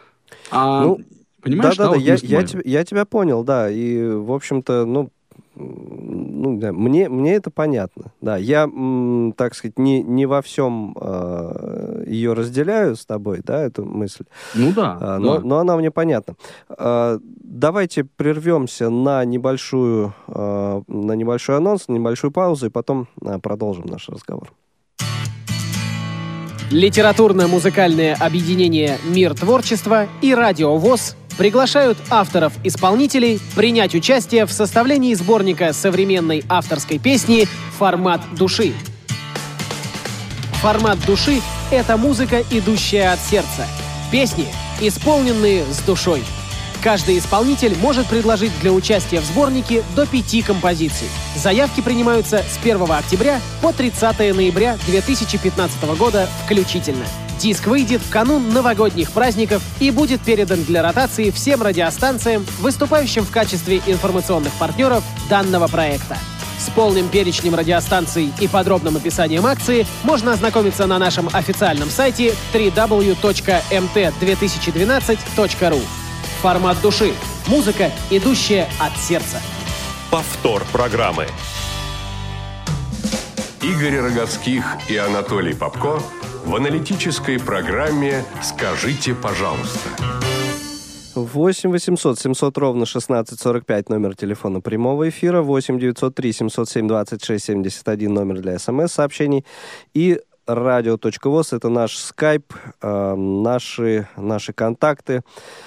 Понимаешь, да, вот я тебя понял, да. И, в общем-то, да, мне это понятно. Да, я, так сказать, не во всем ее разделяю с тобой, да, эту мысль. Ну да. Но она мне понятна. Давайте прервемся на небольшой анонс, на небольшую паузу, и потом продолжим наш разговор. Литературно-музыкальное объединение «Мир творчества» и «Радио ВОС» приглашают авторов-исполнителей принять участие в составлении сборника современной авторской песни «Формат души». «Формат души» — это музыка, идущая от сердца. Песни, исполненные с душой. Каждый исполнитель может предложить для участия в сборнике до 5 композиций. Заявки принимаются с 1 октября по 30 ноября 2015 года включительно. Диск выйдет в канун новогодних праздников и будет передан для ротации всем радиостанциям, выступающим в качестве информационных партнеров данного проекта. С полным перечнем радиостанций и подробным описанием акции можно ознакомиться на нашем официальном сайте www.mt2012.ru. Формат души. Музыка, идущая от сердца. повтор программы. Игорь Роговских и Анатолий Попко в аналитической программе «Скажите, пожалуйста». 8 800 700 ровно 1645 номер телефона прямого эфира, 8 903 707 26 71 номер для СМС-сообщений и radio.voz — это наш скайп, наши контакты,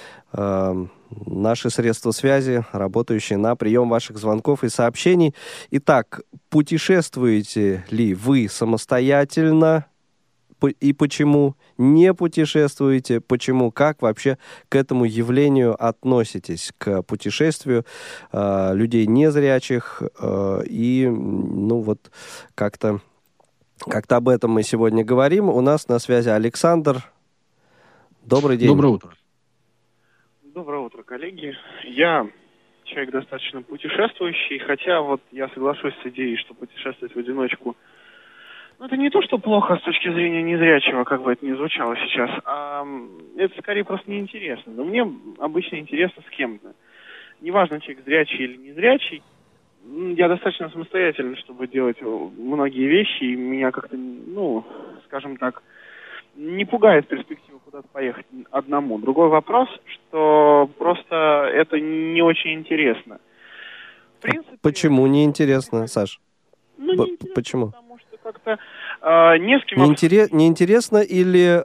наши средства связи, работающие на прием ваших звонков и сообщений. Итак, путешествуете ли вы самостоятельно и почему? Не путешествуете, почему? Как вообще к этому явлению относитесь, к путешествию людей незрячих? И, вот, как-то об этом мы сегодня говорим. У нас на связи Александр. Добрый день. Доброе утро. Доброе утро, коллеги. Я человек достаточно путешествующий, хотя вот я соглашусь с идеей, что путешествовать в одиночку, это не то, что плохо с точки зрения незрячего, как бы это ни звучало сейчас, а это скорее просто неинтересно. Но мне обычно интересно с кем-то. Неважно, человек зрячий или незрячий, я достаточно самостоятельный, чтобы делать многие вещи, и меня как-то, скажем так, не пугает перспектива куда-то поехать одному. Другой вопрос, что просто это не очень интересно. В принципе, почему неинтересно, Саш? Неинтересно, почему? Потому что как-то не с кем... Неинтересно или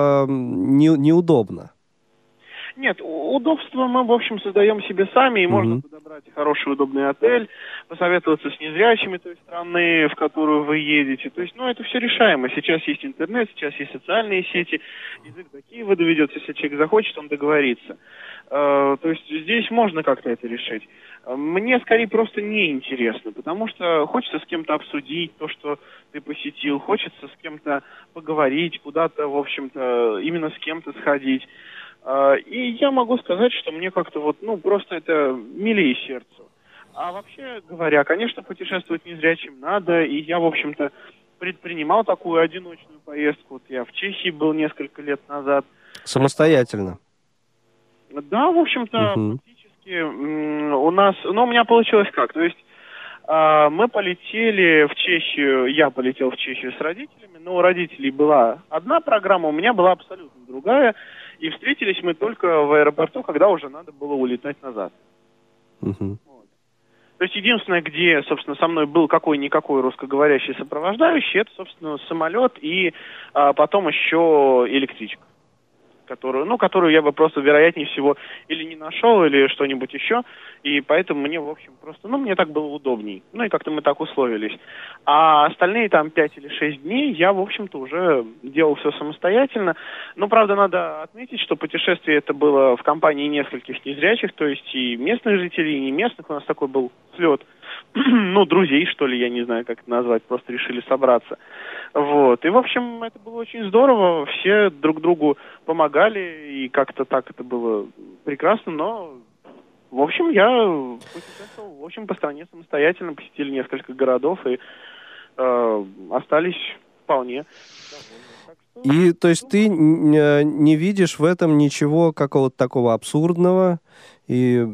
неудобно? Нет, удобство мы, в общем, создаем себе сами, и можно подобрать хороший, удобный отель, посоветоваться с незрячими той страны, в которую вы едете. То есть, это все решаемо. Сейчас есть интернет, сейчас есть социальные сети, язык до Киева доведется, если человек захочет, он договорится. То есть здесь можно как-то это решить. Мне скорее просто неинтересно, потому что хочется с кем-то обсудить то, что ты посетил, хочется с кем-то поговорить, куда-то, в общем-то, именно с кем-то сходить. И я могу сказать, что мне как-то просто это милее сердцу. А вообще говоря, конечно, путешествовать незрячим надо, и я, в общем-то, предпринимал такую одиночную поездку. Вот я в Чехии был несколько лет назад. Самостоятельно? Да, в общем-то, практически у нас... у меня получилось как? То есть мы полетели в Чехию, я полетел в Чехию с родителями, но у родителей была одна программа, у меня была абсолютно другая. И встретились мы только в аэропорту, когда уже надо было улетать назад. Вот. То есть единственное, где, собственно, со мной был какой-никакой русскоговорящий сопровождающий, это, собственно, самолет и потом еще электричка, которую я бы просто, вероятнее всего, или не нашел, или что-нибудь еще. И поэтому мне, в общем, просто, мне так было удобней. И как-то мы так условились. А остальные 5 или 6 дней я, в общем-то, уже делал все самостоятельно. Правда, надо отметить, что путешествие это было в компании нескольких незрячих, то есть и местных жителей, и не местных. У нас такой был слет. Друзей, что ли, я не знаю, как это назвать, просто решили собраться. Вот. И, в общем, это было очень здорово. Все друг другу помогали, и как-то так это было прекрасно, но... В общем, я путешествовал, по стране самостоятельно, посетили несколько городов и остались вполне довольны. И, то есть, ты не видишь в этом ничего какого-то такого абсурдного? И...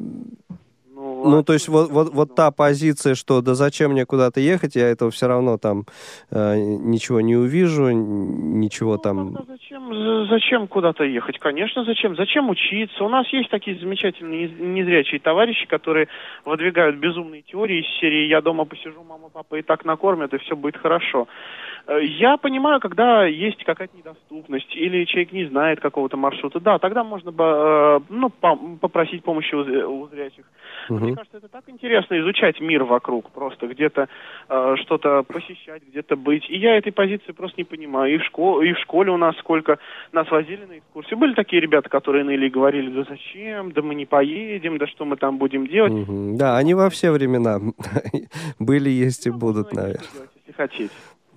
то есть, вот та позиция, что да зачем мне куда-то ехать, я этого все равно ничего не увижу, ничего там... Зачем куда-то ехать? Конечно, зачем? Зачем учиться? У нас есть такие замечательные незрячие товарищи, которые выдвигают безумные теории из серии «Я дома посижу, мама, папа и так накормят, и все будет хорошо». Я понимаю, когда есть какая-то недоступность, или человек не знает какого-то маршрута, да, тогда можно попросить помощи у зрячих. Мне кажется, это так интересно изучать мир вокруг, просто где-то что-то посещать, где-то быть. И я этой позиции просто не понимаю. И в школе у нас сколько нас возили на экскурсию. Были такие ребята, которые ныли и говорили: да зачем, да мы не поедем, да что мы там будем делать. Да, они во все времена были, есть и будут, наверное. Если хотите.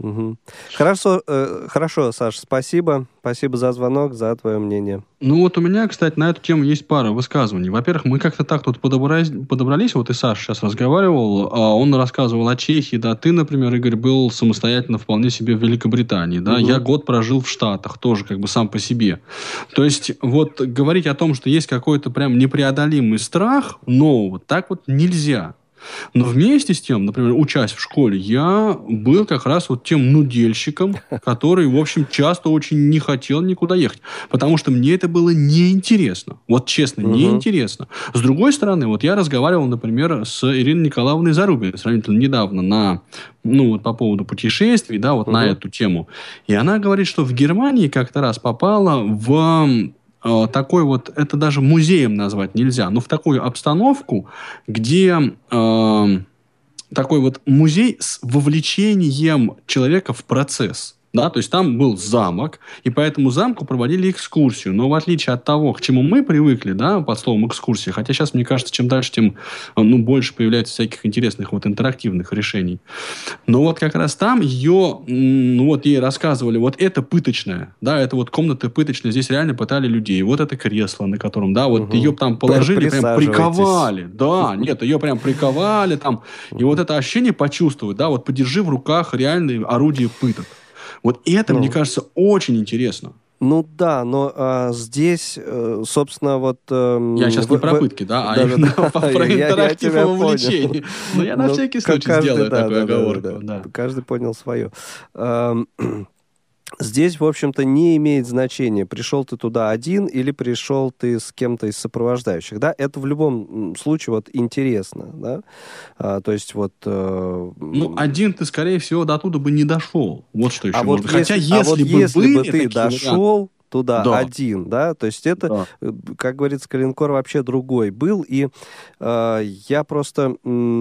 Хорошо, Саш, спасибо. Спасибо за звонок, за твое мнение. У меня, кстати, на эту тему есть пара высказываний. Во-первых, мы как-то так тут подобрались, вот и Саша сейчас разговаривал, он рассказывал о Чехии, да, ты, например, Игорь, был самостоятельно вполне себе в Великобритании, да, я год прожил в Штатах, тоже как бы сам по себе. То есть, говорить о том, что есть какой-то прям непреодолимый страх нового, так нельзя. Но вместе с тем, например, учась в школе, я был как раз вот тем нудельщиком, который, в общем, часто очень не хотел никуда ехать. Потому что мне это было неинтересно. Вот честно, неинтересно. С другой стороны, вот я разговаривал, например, с Ириной Николаевной Зарубиной сравнительно недавно по поводу путешествий, да, вот на эту тему. И она говорит, что в Германии как-то раз попала в такой вот, это даже музеем назвать нельзя, но в такую обстановку, где такой вот музей с вовлечением человека в процесс. Да, то есть там был замок, и по этому замку проводили экскурсию. Но в отличие от того, к чему мы привыкли, да, под словом экскурсия, хотя сейчас, мне кажется, чем дальше, тем больше появляется всяких интересных вот интерактивных решений. Но вот как раз там ей рассказывали, вот это пыточная, да, это вот комната пыточная, здесь реально пытали людей. Вот это кресло, на котором, да, вот ее там положили, прям приковали. Да, нет, ее прям приковали там. И вот это ощущение почувствовать, да, вот подержи в руках реальные орудия пыток. Вот это, мне кажется, очень интересно. Ну да, но здесь, собственно, вот... я сейчас не про пытки, а именно про интерактивное вовлечение. Но я на всякий случай сделаю такую оговорку. Каждый понял свое. Здесь, в общем-то, не имеет значения, пришел ты туда один или пришел ты с кем-то из сопровождающих, да, это в любом случае вот интересно, да, то есть вот... один ты, скорее всего, до туда бы не дошел, вот что еще можно. Хотя, если бы ты дошел туда один, да, то есть это, как говорится, коленкор вообще другой был, и я просто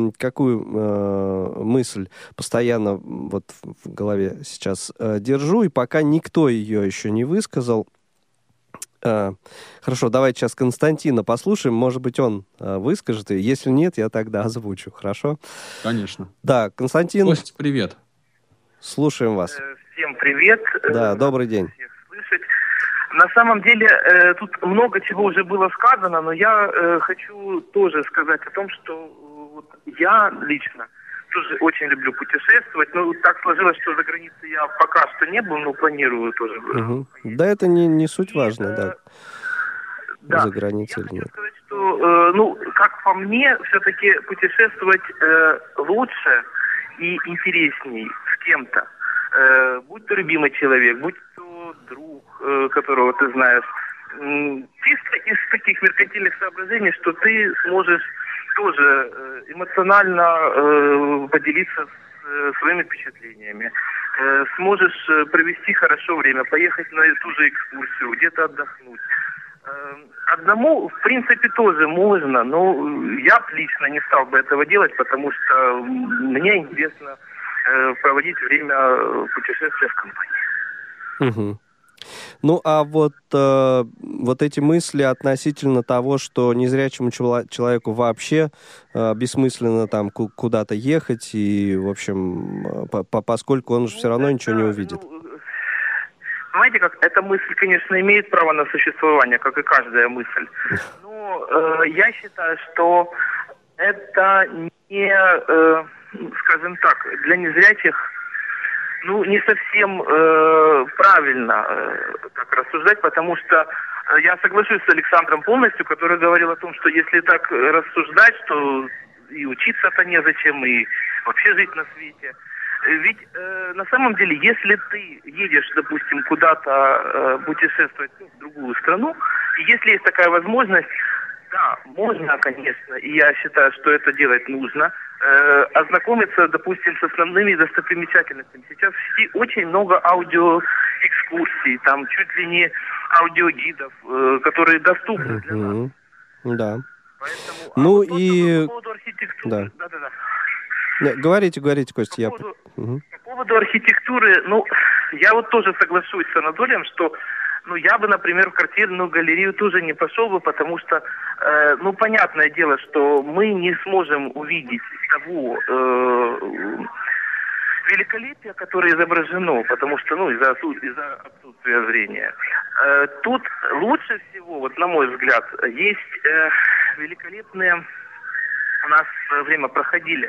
какую мысль постоянно вот в голове сейчас держу, и пока никто ее еще не высказал. Хорошо, давайте сейчас Константина послушаем, может быть, он выскажет, и если нет, я тогда озвучу, хорошо? Конечно. Да, Константин. Костя, привет. Слушаем вас. Всем привет. Да, добрый день. Всех слышать. На самом деле, тут много чего уже было сказано, но я хочу тоже сказать о том, что вот я лично тоже очень люблю путешествовать. Ну, так сложилось, что за границей я пока что не был, но планирую тоже. Да, это не суть важно, да. За границей или нет. Я хочу сказать, что, как по мне, все-таки путешествовать лучше и интересней с кем-то. Будь то любимый человек, будь то друг, которого ты знаешь. Чисто из таких меркантильных соображений, что ты сможешь тоже эмоционально поделиться своими впечатлениями. Сможешь провести хорошо время, поехать на ту же экскурсию, где-то отдохнуть. Одному, в принципе, тоже можно, но я лично не стал бы этого делать, потому что мне интересно проводить время путешествия в компании. Ну, а вот эти мысли относительно того, что незрячему человеку вообще бессмысленно там куда-то ехать, и, в общем, поскольку он же все равно ничего не увидит. Понимаете, как эта мысль, конечно, имеет право на существование, как и каждая мысль. Но я считаю, что это не, скажем так, для незрячих не совсем правильно так рассуждать, потому что я соглашусь с Александром полностью, который говорил о том, что если так рассуждать, что и учиться-то незачем, и вообще жить на свете. Ведь на самом деле, если ты едешь, допустим, куда-то путешествовать в другую страну, и если есть такая возможность, да, можно, конечно, и я считаю, что это делать нужно, ознакомиться, допустим, с основными достопримечательностями. Сейчас в сети очень много аудиоэкскурсий, там чуть ли не аудиогидов, которые доступны для нас. Да. Поэтому, по поводу архитектуры... Да. Говорите, Костя. По поводу архитектуры, я вот тоже соглашусь с Анатолием, что я бы, например, в картинную галерею тоже не пошел бы, потому что, понятное дело, что мы не сможем увидеть того великолепия, которое изображено, потому что, из-за отсутствия зрения. Тут лучше всего, вот на мой взгляд, есть великолепные, у нас в свое время проходили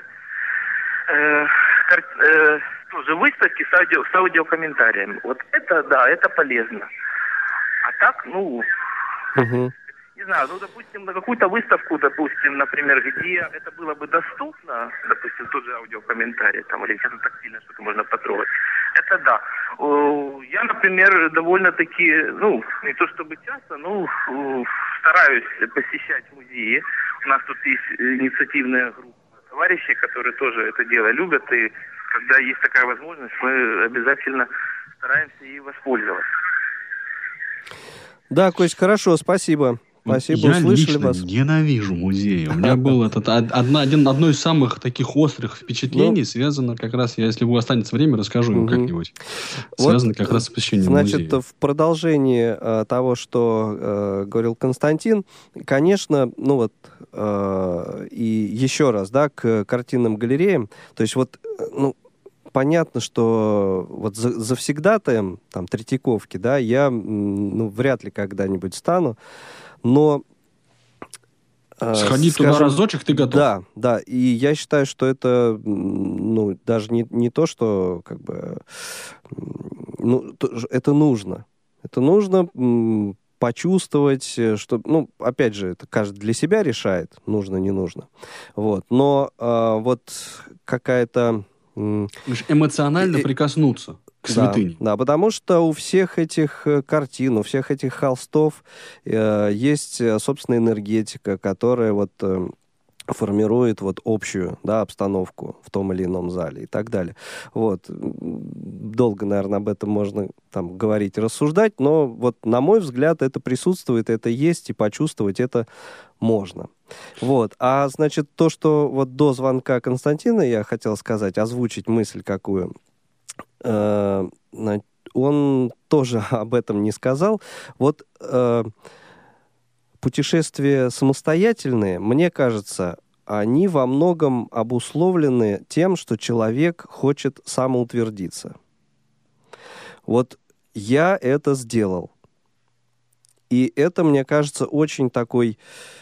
тоже выставки с аудиокомментариями. Вот это, да, это полезно. А так, не не знаю, ну, допустим, на какую-то выставку, допустим, например, где это было бы доступно, допустим, тот же аудиокомментарий, там, или где-то тактильно что-то можно потрогать, это да. Я, например, довольно-таки, ну, не то чтобы часто, но стараюсь посещать музеи. У нас тут есть инициативная группа товарищей, которые тоже это дело любят, и когда есть такая возможность, мы обязательно стараемся ей воспользоваться. Да, Кость, хорошо, спасибо. Спасибо, я услышали лично вас. ненавижу музеи. У меня было одно из самых таких острых впечатлений, связано как раз, если у останется время, расскажу им как-нибудь. Связано как раз с посещением музея. Значит, в продолжении того, что говорил Константин, конечно, ну вот, и еще раз, да, к картинным галереям, то есть вот, ну, понятно, что вот завсегдатаем там Третьяковки, да, я, ну, вряд ли когда-нибудь стану, но... Сходить туда разочек, ты готов? Да, и я считаю, что это, ну, даже не то, что, как бы, ну, это нужно. Это нужно почувствовать, что, ну, опять же, это каждый для себя решает, нужно, не нужно. Вот, но вот какая-то... Эмоционально прикоснуться к святыне. Да, потому что у всех этих картин, у всех этих холстов есть собственная энергетика, которая вот формирует вот общую, да, обстановку в том или ином зале и так далее. Вот. Долго, наверное, об этом можно там говорить и рассуждать, но вот, на мой взгляд, это присутствует, это есть, и почувствовать это можно. Вот. А, значит, то, что вот до звонка Константина я хотел сказать, озвучить мысль какую, он тоже об этом не сказал. Вот путешествия самостоятельные, мне кажется, они во многом обусловлены тем, что человек хочет самоутвердиться. Вот я это сделал. И это, мне кажется, очень такой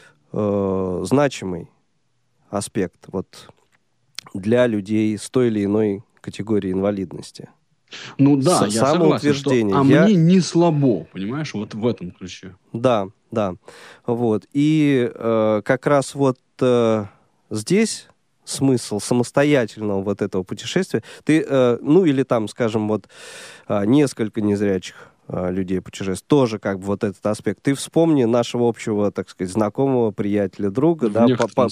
значимый аспект вот, для людей с той или иной категорией инвалидности. Ну да, я согласен, что мне не слабо, понимаешь, вот в этом ключе. Да. Вот. И как раз вот здесь смысл самостоятельного вот этого путешествия. Ты, ну или там, скажем, вот несколько незрячих людей путешествуют, тоже как бы вот этот аспект. Ты вспомни нашего общего, так сказать, знакомого, приятеля, друга, да,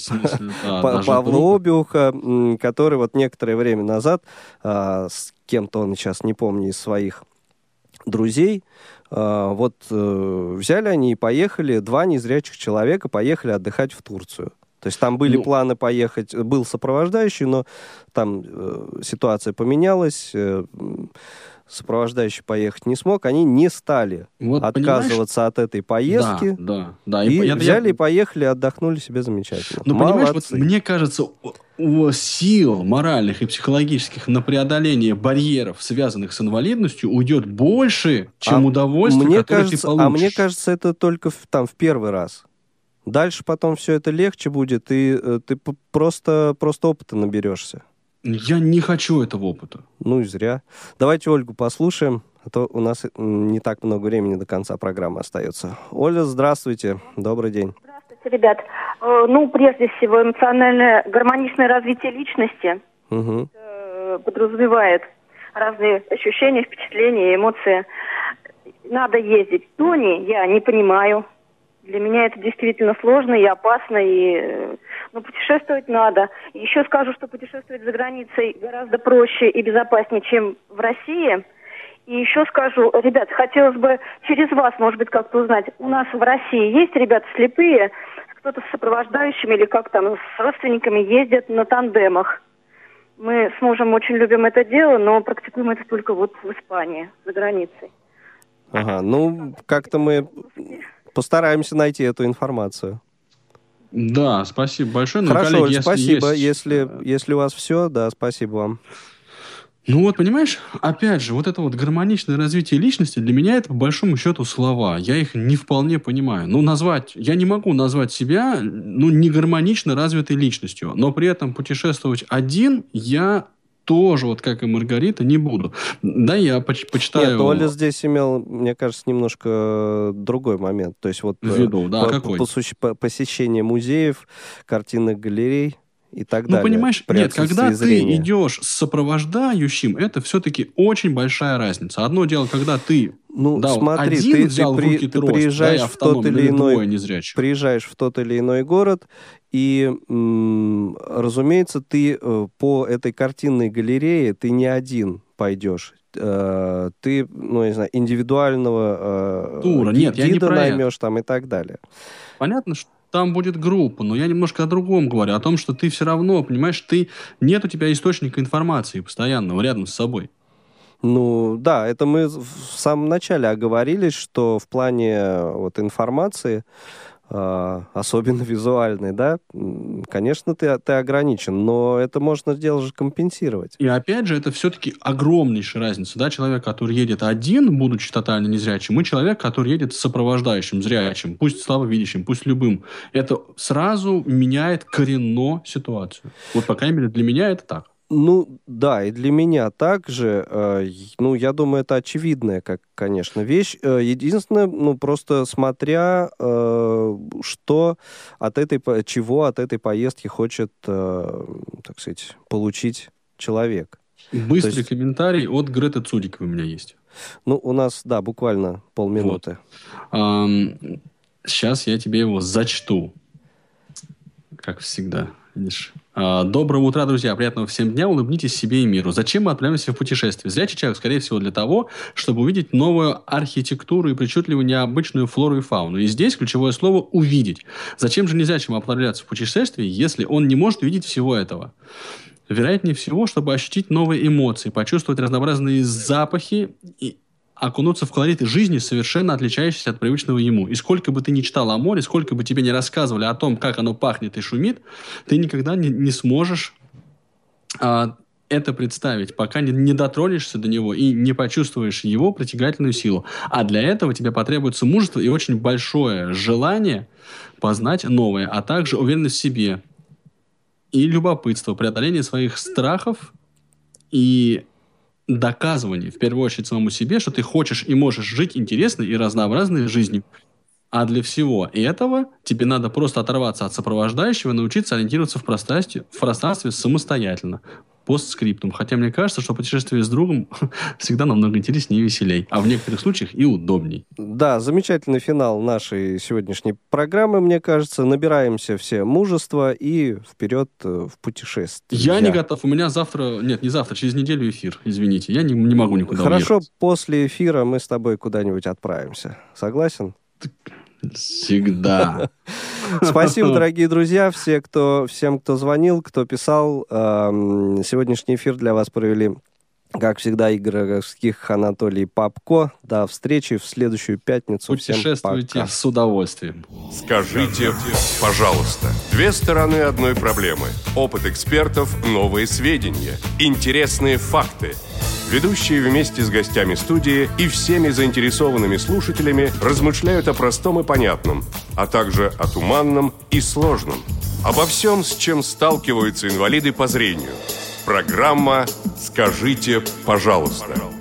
Павла Обиуха, который вот некоторое время назад с кем-то, он сейчас не помню, из своих друзей, вот взяли они и поехали, 2 незрячих человека поехали отдыхать в Турцию. То есть там были планы поехать, был сопровождающий, но там ситуация поменялась, сопровождающий поехать не смог, они не стали вот, отказываться от этой поездки. Да. И взяли и поехали, отдохнули себе замечательно. Ну, понимаешь, вот мне кажется, сил моральных и психологических на преодоление барьеров, связанных с инвалидностью, уйдет больше, чем удовольствие, которое ты получишь. А мне кажется, это только в первый раз. Дальше потом все это легче будет, и ты просто опыта наберешься. Я не хочу этого опыта. Ну и зря. Давайте Ольгу послушаем, а то у нас не так много времени до конца программы остается. Оля, здравствуйте. Добрый день. Здравствуйте, ребят. Ну, прежде всего, эмоциональное гармоничное развитие личности подразумевает разные ощущения, впечатления, эмоции. Надо ездить. Тони я не понимаю. Для меня это действительно сложно и опасно, но путешествовать надо. Еще скажу, что путешествовать за границей гораздо проще и безопаснее, чем в России. И еще скажу, ребят, хотелось бы через вас, может быть, как-то узнать, у нас в России есть ребята слепые, кто-то с сопровождающими или как там, с родственниками ездят на тандемах. Мы с мужем очень любим это дело, но практикуем это только вот в Испании, за границей. Ага, ну, как-то мы... Постараемся найти эту информацию. Да, спасибо большое. Хорошо, коллеги, Оль, спасибо. Если у вас все, да, спасибо вам. Ну вот, понимаешь, опять же, вот это вот гармоничное развитие личности, для меня это, по большому счету, слова. Я их не вполне понимаю. Я не могу назвать себя, не гармонично развитой личностью, но при этом путешествовать один я тоже, вот как и Маргарита, не буду. Да, я почитаю... Нет, Оля здесь имел, мне кажется, немножко другой момент. То есть вот в виду, да, какой? Посещение музеев, картинных галерей и так далее. Ну, понимаешь, нет, когда ты идешь с сопровождающим, это все-таки очень большая разница. Одно дело, когда ты смотри, один взял в руки трость, приезжаешь в тот или иной незрячих. Приезжаешь в тот или иной город, и, разумеется, ты по этой картинной галерее, ты не один пойдешь. Ты, не знаю, индивидуального тура. Нет, гида наймешь там и так далее. Понятно, что там будет группа, но я немножко о другом говорю, о том, что ты все равно, понимаешь, нет у тебя источника информации постоянного рядом с собой. Ну, да, это мы в самом начале оговорились, что в плане вот информации, особенно визуальной, да, конечно, ты ограничен, но это можно сделать же компенсировать. И опять же, это все-таки огромнейшая разница, да, человек, который едет один, будучи тотально незрячим, и человек, который едет с сопровождающим зрячим, пусть слабовидящим, пусть любым. Это сразу меняет коренно ситуацию. Вот, по крайней мере, для меня это так. Ну, да, и для меня также, я думаю, это очевидная, конечно, вещь. Единственное, просто смотря, чего от этой поездки хочет, так сказать, получить человек. Быстрый комментарий от Греты Цудиковой у меня есть. У нас, да, буквально полминуты. Сейчас я тебе его зачту. Как всегда, видишь. Доброго утра, друзья. Приятного всем дня. Улыбнитесь себе и миру. Зачем мы отправляемся в путешествие? Зрячий человек, скорее всего, для того, чтобы увидеть новую архитектуру и причудливую необычную флору и фауну. И здесь ключевое слово «увидеть». Зачем же незрячему отправляться в путешествие, если он не может увидеть всего этого? Вероятнее всего, чтобы ощутить новые эмоции, почувствовать разнообразные запахи и окунуться в колорит жизни, совершенно отличающийся от привычного ему. И сколько бы ты ни читал о море, сколько бы тебе ни рассказывали о том, как оно пахнет и шумит, ты никогда не сможешь это представить, пока не дотронешься до него и не почувствуешь его притягательную силу. А для этого тебе потребуется мужество и очень большое желание познать новое, а также уверенность в себе и любопытство, преодоление своих страхов и доказывание, в первую очередь, самому себе, что ты хочешь и можешь жить интересной и разнообразной жизнью. А для всего этого тебе надо просто оторваться от сопровождающего и научиться ориентироваться в пространстве самостоятельно. Постскриптум. Хотя мне кажется, что путешествие с другом всегда намного интереснее и веселей, а в некоторых случаях и удобней. Да, замечательный финал нашей сегодняшней программы, мне кажется. Набираемся все мужества и вперед в путешествие. Я не готов. У меня через неделю эфир. Извините, я не могу никуда уехать. Хорошо, после эфира мы с тобой куда-нибудь отправимся. Согласен? Всегда. Спасибо, дорогие друзья, всем, кто звонил, кто писал. Сегодняшний эфир для вас провели, как всегда, Игорь Роговских, Анатолий Попко. До встречи в следующую пятницу. Путешествуйте с удовольствием. Скажите, пожалуйста. Две стороны одной проблемы. Опыт экспертов, новые сведения, интересные факты. Ведущие вместе с гостями студии и всеми заинтересованными слушателями размышляют о простом и понятном, а также о туманном и сложном. Обо всем, с чем сталкиваются инвалиды по зрению. Программа «Скажите, пожалуйста».